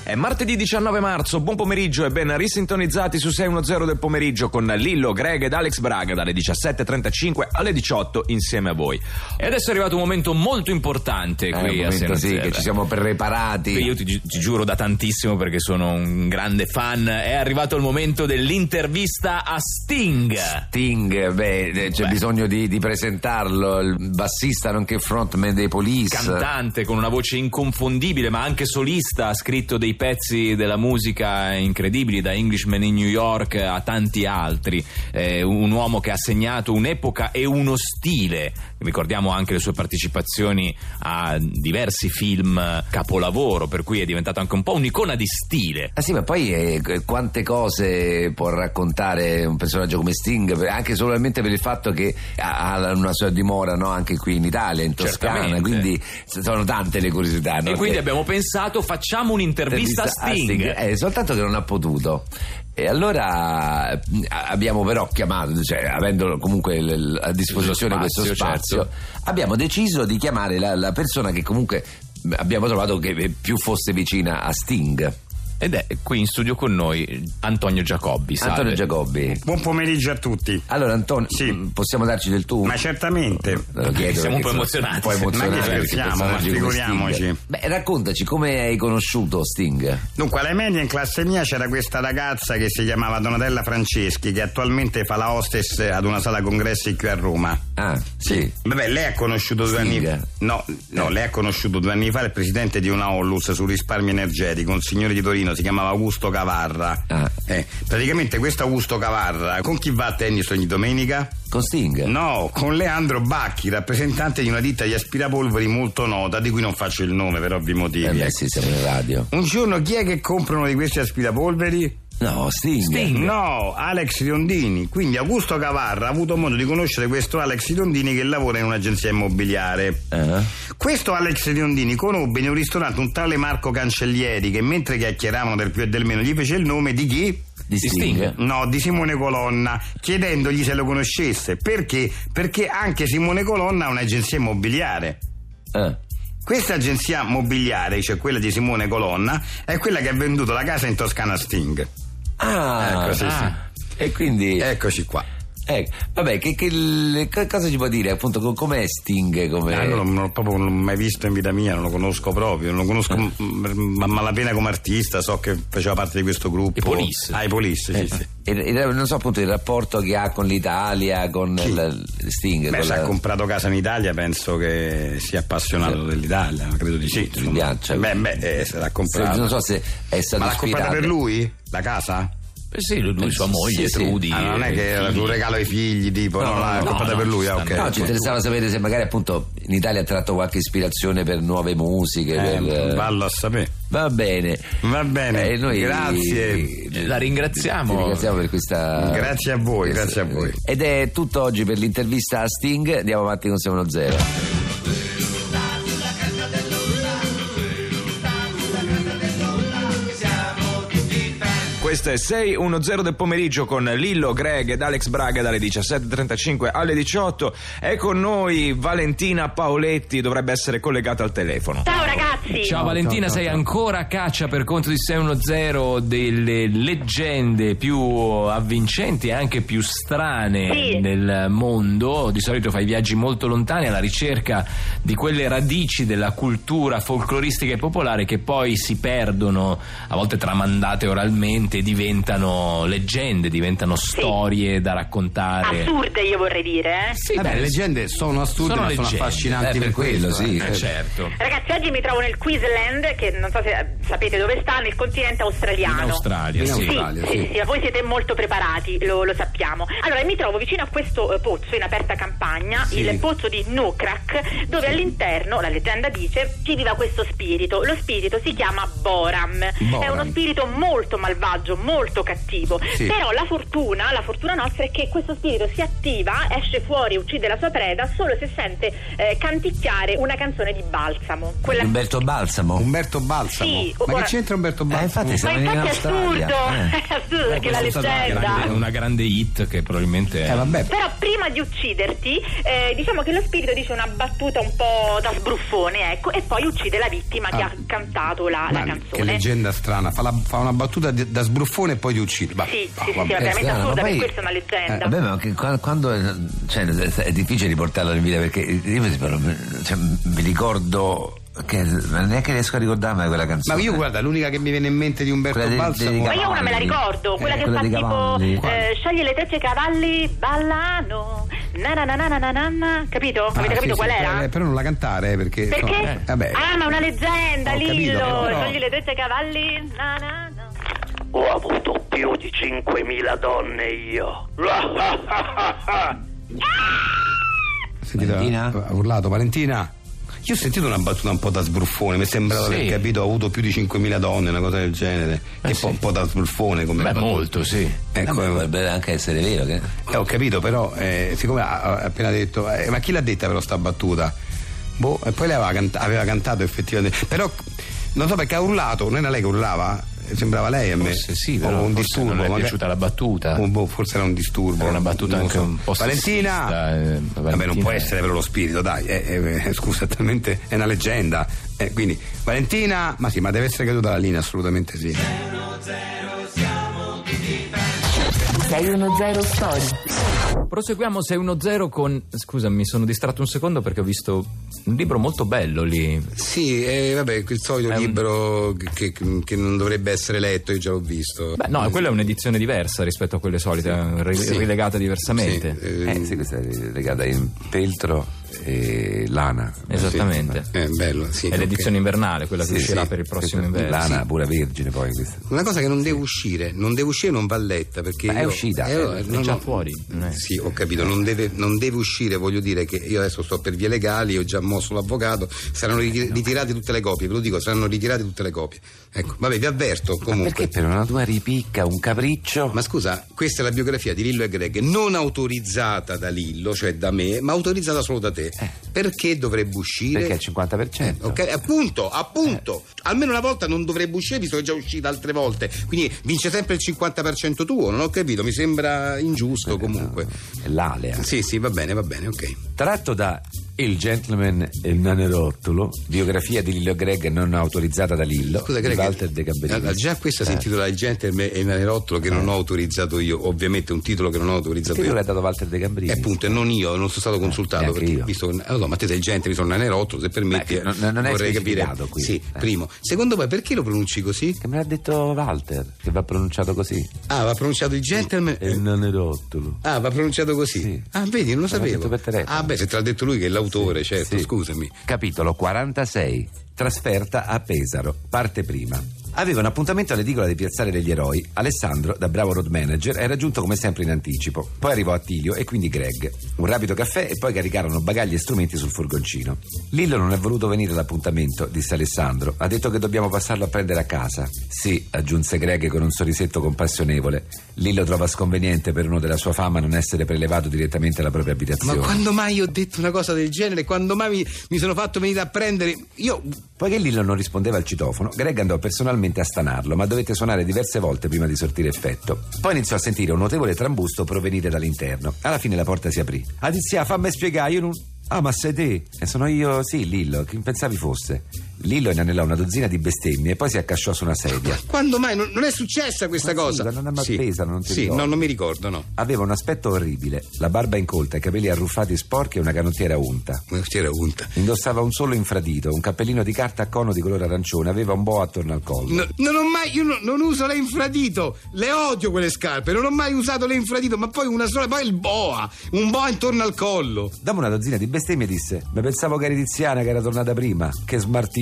È martedì 19 marzo, buon pomeriggio e ben risintonizzati su 610 del pomeriggio con Lillo, Greg ed Alex Braga dalle 17.35 alle 18 insieme a voi. E adesso è arrivato un momento molto importante qui a Sera. Sì, che ci siamo preparati. Io ti giuro da tantissimo perché sono un grande fan. È arrivato il momento dell'intervista a Sting. C'è bisogno di presentarlo, il bassista nonché frontman dei Police. Cantante con una voce inconfondibile, ma anche solista, ha scritto dei pezzi della musica incredibili, da Englishman in New York a tanti altri. Un uomo che ha segnato un'epoca e uno stile. Ricordiamo anche le sue partecipazioni a diversi film capolavoro, per cui è diventato anche un po' un'icona di stile. Ah sì, ma poi quante cose può raccontare un personaggio come Sting, anche solamente per il fatto che ha una sua dimora, no? Anche qui in Italia, in Toscana. Certamente. Quindi sono tante le curiosità, no? E quindi abbiamo pensato, facciamo un'intervista a Sting. Soltanto che non ha potuto. E allora abbiamo però chiamato, cioè avendo comunque a disposizione questo spazio, certo, abbiamo deciso di chiamare la persona che comunque abbiamo trovato che più fosse vicina a Sting. Ed è qui in studio con noi Antonio Giacobbi. Salve. Antonio Giacobbi. Buon pomeriggio a tutti. Allora Antonio, sì, possiamo darci del tu? Ma certamente. Siamo un po' emozionati. Ma figuriamoci. Beh, raccontaci come hai conosciuto Sting. Dunque, alle medie in classe mia c'era questa ragazza che si chiamava Donatella Franceschi, che attualmente fa la hostess ad una sala congressi qui a Roma. Ah, sì. Vabbè, lei ha conosciuto Sting. 2 anni. No, lei ha conosciuto 2 anni fa il presidente di una Onlus sul risparmio energetico, un signore di Torino, si chiamava Augusto Cavarra. Praticamente questo Augusto Cavarra con chi va a tennis ogni domenica? Con Sting? No, con Leandro Bacchi, rappresentante di una ditta di aspirapolveri molto nota, di cui non faccio il nome per ovvi motivi. Sì, siamo in radio. Un giorno chi è che compra uno di questi aspirapolveri? No, Sting. No, Alex Riondini. Quindi Augusto Cavarra ha avuto modo di conoscere questo Alex Riondini che lavora in un'agenzia immobiliare. Questo Alex Riondini conobbe in un ristorante un tale Marco Cancellieri che, mentre chiacchieravano del più e del meno, gli fece il nome di chi? Di Sting? No, di Simone Colonna, chiedendogli se lo conoscesse. Perché? Perché anche Simone Colonna ha un'agenzia immobiliare. Questa agenzia immobiliare, cioè quella di Simone Colonna, è quella che ha venduto la casa in Toscana a Sting. Sì. E quindi eccoci qua. Vabbè, cosa ci può dire appunto com'è Sting? Non l'ho mai visto in vita mia, non lo conosco proprio, non lo conosco ma malapena come artista, so che faceva parte di questo gruppo. I Police. I Police, sì. E non so appunto il rapporto che ha con l'Italia, con Sting. Beh, se ha comprato casa in Italia penso che sia appassionato dell'italia, credo di sì. Mi piace. Se l'ha comprato. Non so se è stato Ma l'ha comprata per lui? La casa? Sì, lui sua moglie, Trudy. Non è che era un regalo ai figli, tipo, l'ha comprata per lui. No, ci interessava sapere se magari appunto in Italia ha tratto qualche ispirazione per nuove musiche. Vallo a sapere. Va bene. Noi grazie. La ringraziamo. Ti ringraziamo per questa. Grazie a voi, grazie a voi. Ed è tutto oggi per l'intervista a Sting. Andiamo avanti con 610. Questo è 610 del pomeriggio con Lillo, Greg ed Alex Braga dalle 17.35 alle 18. È con noi Valentina Paoletti, dovrebbe essere collegata al telefono. Ciao ragazzi. Ciao Valentina, sei ancora a caccia per conto di 610 delle leggende più avvincenti e anche più strane del mondo. Di solito fai viaggi molto lontani alla ricerca di quelle radici della cultura folcloristica e popolare che poi si perdono, a volte tramandate oralmente, diventano leggende, diventano storie da raccontare. Assurde, io vorrei dire. Le leggende sono assurde, ma sono affascinanti per quello, sì. Certo. Ragazzi, oggi mi trovo nel Queensland, che non so se sapete dove sta, nel continente australiano. In Australia, sì. Voi siete molto preparati, lo sappiamo. Allora, mi trovo vicino a questo pozzo in aperta campagna, il pozzo di Nukrak, dove all'interno, la leggenda dice, ci viva questo spirito. Lo spirito si chiama Boram. È uno spirito molto malvagio, personaggio molto cattivo, però la fortuna nostra è che questo spirito si attiva, esce fuori e uccide la sua preda solo se sente canticchiare una canzone di Balsamo. Umberto Balsamo? Sì, ma che c'entra Umberto Balsamo? Ma infatti è assurdo perché la leggenda è una grande hit che probabilmente Però prima di ucciderti diciamo che lo spirito dice una battuta un po' da sbruffone, ecco, e poi uccide la vittima che ha cantato la canzone. Che leggenda strana, fa una battuta da sbruffone e poi ti uccide. Sì, veramente assurda, per questo è una leggenda. Vabbè, ma quando è difficile riportarla in vita, perché io mi ricordo che neanche riesco a ricordarmi quella canzone. Ma io guarda, l'unica che mi viene in mente di Umberto Balsamo, ma io una me la ricordo, quella che fa tipo sciogli le trecce, cavalli ballano capito? Avete capito qual era? Però non la cantare perché vabbè. Ma è una leggenda, Lillo, però... sciogli le trecce, cavalli Ho avuto più di 5.000 donne io. Valentina? Ha urlato Valentina. Io ho sentito una battuta un po' da sbruffone, mi è sembrato aver capito, ho avuto più di 5.000 donne, una cosa del genere. Un po' da sbruffone come molto, sì. Ecco, potrebbe anche essere vero che... ho capito, però siccome ha appena detto ma chi l'ha detta però sta battuta? E poi lei aveva cantato effettivamente, però non so perché ha urlato, non era lei che urlava? Sembrava lei a me. Forse sì, però un disturbo. Non è piaciuta la battuta. Forse era un disturbo. Era una battuta anche un po' Valentina! Vabbè, non può essere però lo spirito, dai. Scusa, talmente è una leggenda. Quindi, Valentina, ma deve essere caduta la linea, assolutamente sì. 610 Story. Proseguiamo 610 con... Scusa, mi sono distratto un secondo perché ho visto un libro molto bello lì. Sì, vabbè, quel solito libro che non dovrebbe essere letto, io già l'ho visto. Beh, no, quella è un'edizione diversa rispetto a quelle solite, rilegata diversamente. Sì, questa è rilegata in peltro e lana. Esattamente. Bello, sì. È l'edizione invernale, quella che uscirà per il prossimo inverno. Lana pura vergine poi questa. Una cosa che non deve uscire, non va letta perché è uscita. È già fuori. Sì, ho capito, non deve uscire, voglio dire che io adesso sto per vie legali, ho già mosso l'avvocato, saranno ritirate tutte le copie, ve lo dico, saranno ritirate tutte le copie. Ecco, vabbè, vi avverto comunque. Ma perché per una tua ripicca, un capriccio? Ma scusa, questa è la biografia di Lillo e Greg, non autorizzata da Lillo, cioè da me, ma autorizzata solo da te. Perché dovrebbe uscire? Perché è il 50%. Ok, appunto. Almeno una volta non dovrebbe uscire, visto che è già uscita altre volte. Quindi vince sempre il 50% tuo, non ho capito, mi sembra ingiusto comunque. No, è l'alea. Sì, va bene, ok. Tratto da Il gentleman e il nanerottolo, biografia di Lillo e Greg non autorizzata da Lillo. Scusa, di Walter De Gamberini. Già questa si intitola Il gentleman e il nanerottolo, che non ho autorizzato io, ovviamente un titolo che non ho autorizzato io. Il titolo l'ha dato Walter De Gamberini. Appunto, e non io, non sono stato consultato perché io. Visto, ma te sei il gentleman, sono un nanerottolo, se permetti. Non è vorrei capire qui. Sì, primo. Secondo me, perché lo pronunci così? Che me l'ha detto Walter, che va pronunciato così. Va pronunciato il gentleman e il nanerottolo. Va pronunciato così. Sì. Vedi, non lo sapevo. Per telefono. Se te l'ha detto lui che è l'autore, sì, certo, sì. Scusami. Capitolo 46. Trasferta a Pesaro. Parte prima. Aveva un appuntamento all'edicola di Piazzale degli Eroi. Alessandro, da bravo road manager, era giunto come sempre in anticipo. Poi arrivò Attilio e quindi Greg. Un rapido caffè e poi caricarono bagagli e strumenti sul furgoncino. Lillo non è voluto venire all'appuntamento, disse Alessandro. Ha detto che dobbiamo passarlo a prendere a casa. Sì, aggiunse Greg con un sorrisetto compassionevole. Lillo trova sconveniente per uno della sua fama non essere prelevato direttamente alla propria abitazione. Ma quando mai ho detto una cosa del genere? Quando mai mi sono fatto venire a prendere? Io... Poiché Lillo non rispondeva al citofono, Greg andò personalmente a stanarlo, ma dovette suonare diverse volte prima di sortire effetto. Poi iniziò a sentire un notevole trambusto provenire dall'interno. Alla fine la porta si aprì. Adizia, fammi spiegare, io non... ma sei te? E sono io, sì, Lillo, chi pensavi fosse? Lillo inanellò una dozzina di bestemmie e poi si accasciò su una sedia. Quando mai? Non è successa questa cosa? Sì, non è mai appesa, non ti ricordo. No, non mi ricordo, no. Aveva un aspetto orribile, la barba incolta, i capelli arruffati e sporchi e una canottiera unta. Indossava un solo infradito, un cappellino di carta a cono di colore arancione, aveva un boa attorno al collo. Io non uso l'infradito, le odio quelle scarpe, non ho mai usato l'infradito, ma poi poi il boa, un boa intorno al collo. Dopo una dozzina di bestemmie disse: ma pensavo che eri Tiziana che era tornata prima, che smartito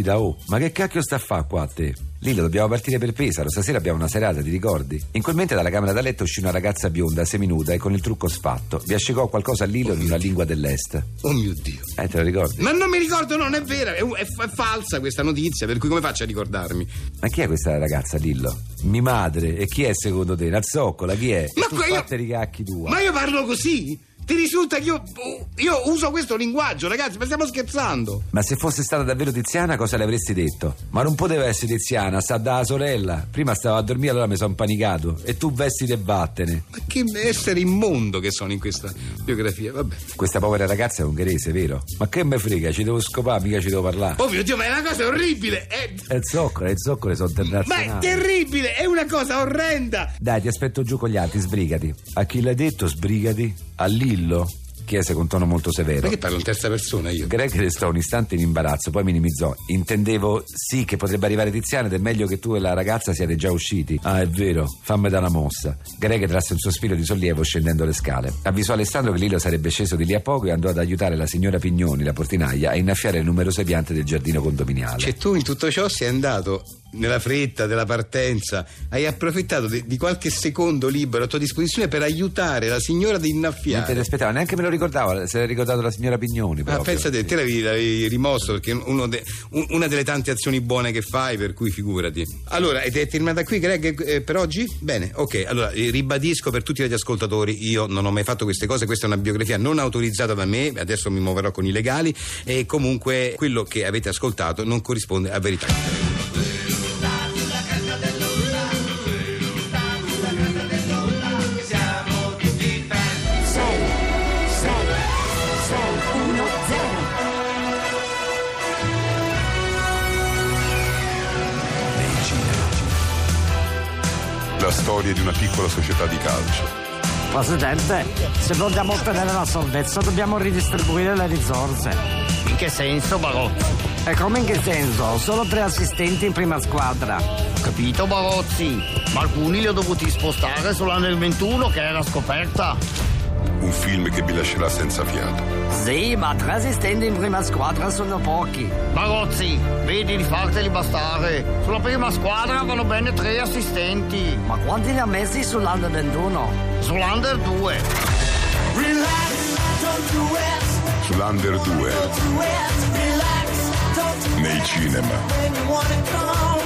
Ida, oh, ma che cacchio sta a fa qua a te? Lillo, dobbiamo partire per Pesaro, stasera abbiamo una serata, ti ricordi? In quel mentre dalla camera da letto uscì una ragazza bionda, seminuda e con il trucco sfatto. Vi ascicò qualcosa a Lillo in una lingua dell'est. Oh mio Dio. Te lo ricordi? Ma non mi ricordo, non è vera, è falsa questa notizia, per cui come faccio a ricordarmi? Ma chi è questa ragazza, Lillo? Mia madre. E chi è secondo te? La zoccola, chi è? Ma tu io... i cacchi tua. Ma io parlo così? Ti risulta che io uso questo linguaggio, ragazzi, ma stiamo scherzando? Ma se fosse stata davvero Tiziana, cosa le avresti detto? Ma non poteva essere Tiziana, sta dalla sorella. Prima stava a dormire, allora mi sono panicato. E tu vestiti e vattene. Ma che essere immondo che sono in questa biografia, vabbè. Questa povera ragazza è ungherese, vero? Ma che me frega, ci devo scopare, mica ci devo parlare. Oh mio Dio, ma è una cosa orribile! Le zoccole sono internazionali. Ma è terribile, è una cosa orrenda! Dai, ti aspetto giù con gli altri, sbrigati. A chi l'hai detto, sbrigati? A Lillo? Chiese con tono molto severo. Ma che parlo in terza persona io? Greg restò un istante in imbarazzo, poi minimizzò. Intendevo sì che potrebbe arrivare Tiziana ed è meglio che tu e la ragazza siate già usciti. Ah, è vero, fammi dare una mossa. Greg trasse un sospiro di sollievo scendendo le scale. Avvisò Alessandro che Lillo sarebbe sceso di lì a poco e andò ad aiutare la signora Pignoni, la portinaia, a innaffiare le numerose piante del giardino condominiale. Cioè tu in tutto ciò sei andato nella fretta della partenza, hai approfittato di qualche secondo libero a tua disposizione per aiutare la signora ad innaffiare. Non te ne aspettava, neanche me lo ricordavo, se l'ha ricordato la signora Pignoni. Ah, pensa te, te l'avevi rimosso perché una delle tante azioni buone che fai, per cui figurati. Allora, ed è terminata qui Greg per oggi? Bene, ok, allora ribadisco per tutti gli ascoltatori, io non ho mai fatto queste cose, questa è una biografia non autorizzata da me, adesso mi muoverò con i legali e comunque quello che avete ascoltato non corrisponde a verità. La storia di una piccola società di calcio. Presidente, se vogliamo ottenere la salvezza dobbiamo ridistribuire le risorse. In che senso, Barozzi? E come in che senso? Solo 3 assistenti in prima squadra. Capito, Barozzi? Ma alcuni li ho dovuti spostare sull'anno del 21 che era scoperta. Un film che vi lascerà senza fiato. Sì, ma 3 assistenti in prima squadra sono pochi. Barozzi, vedi di farteli bastare. Sulla prima squadra vanno bene 3 assistenti. Ma quanti li ha messi sull'Under 21? Sull'Under 2. Sull'Under 2. Nei cinema.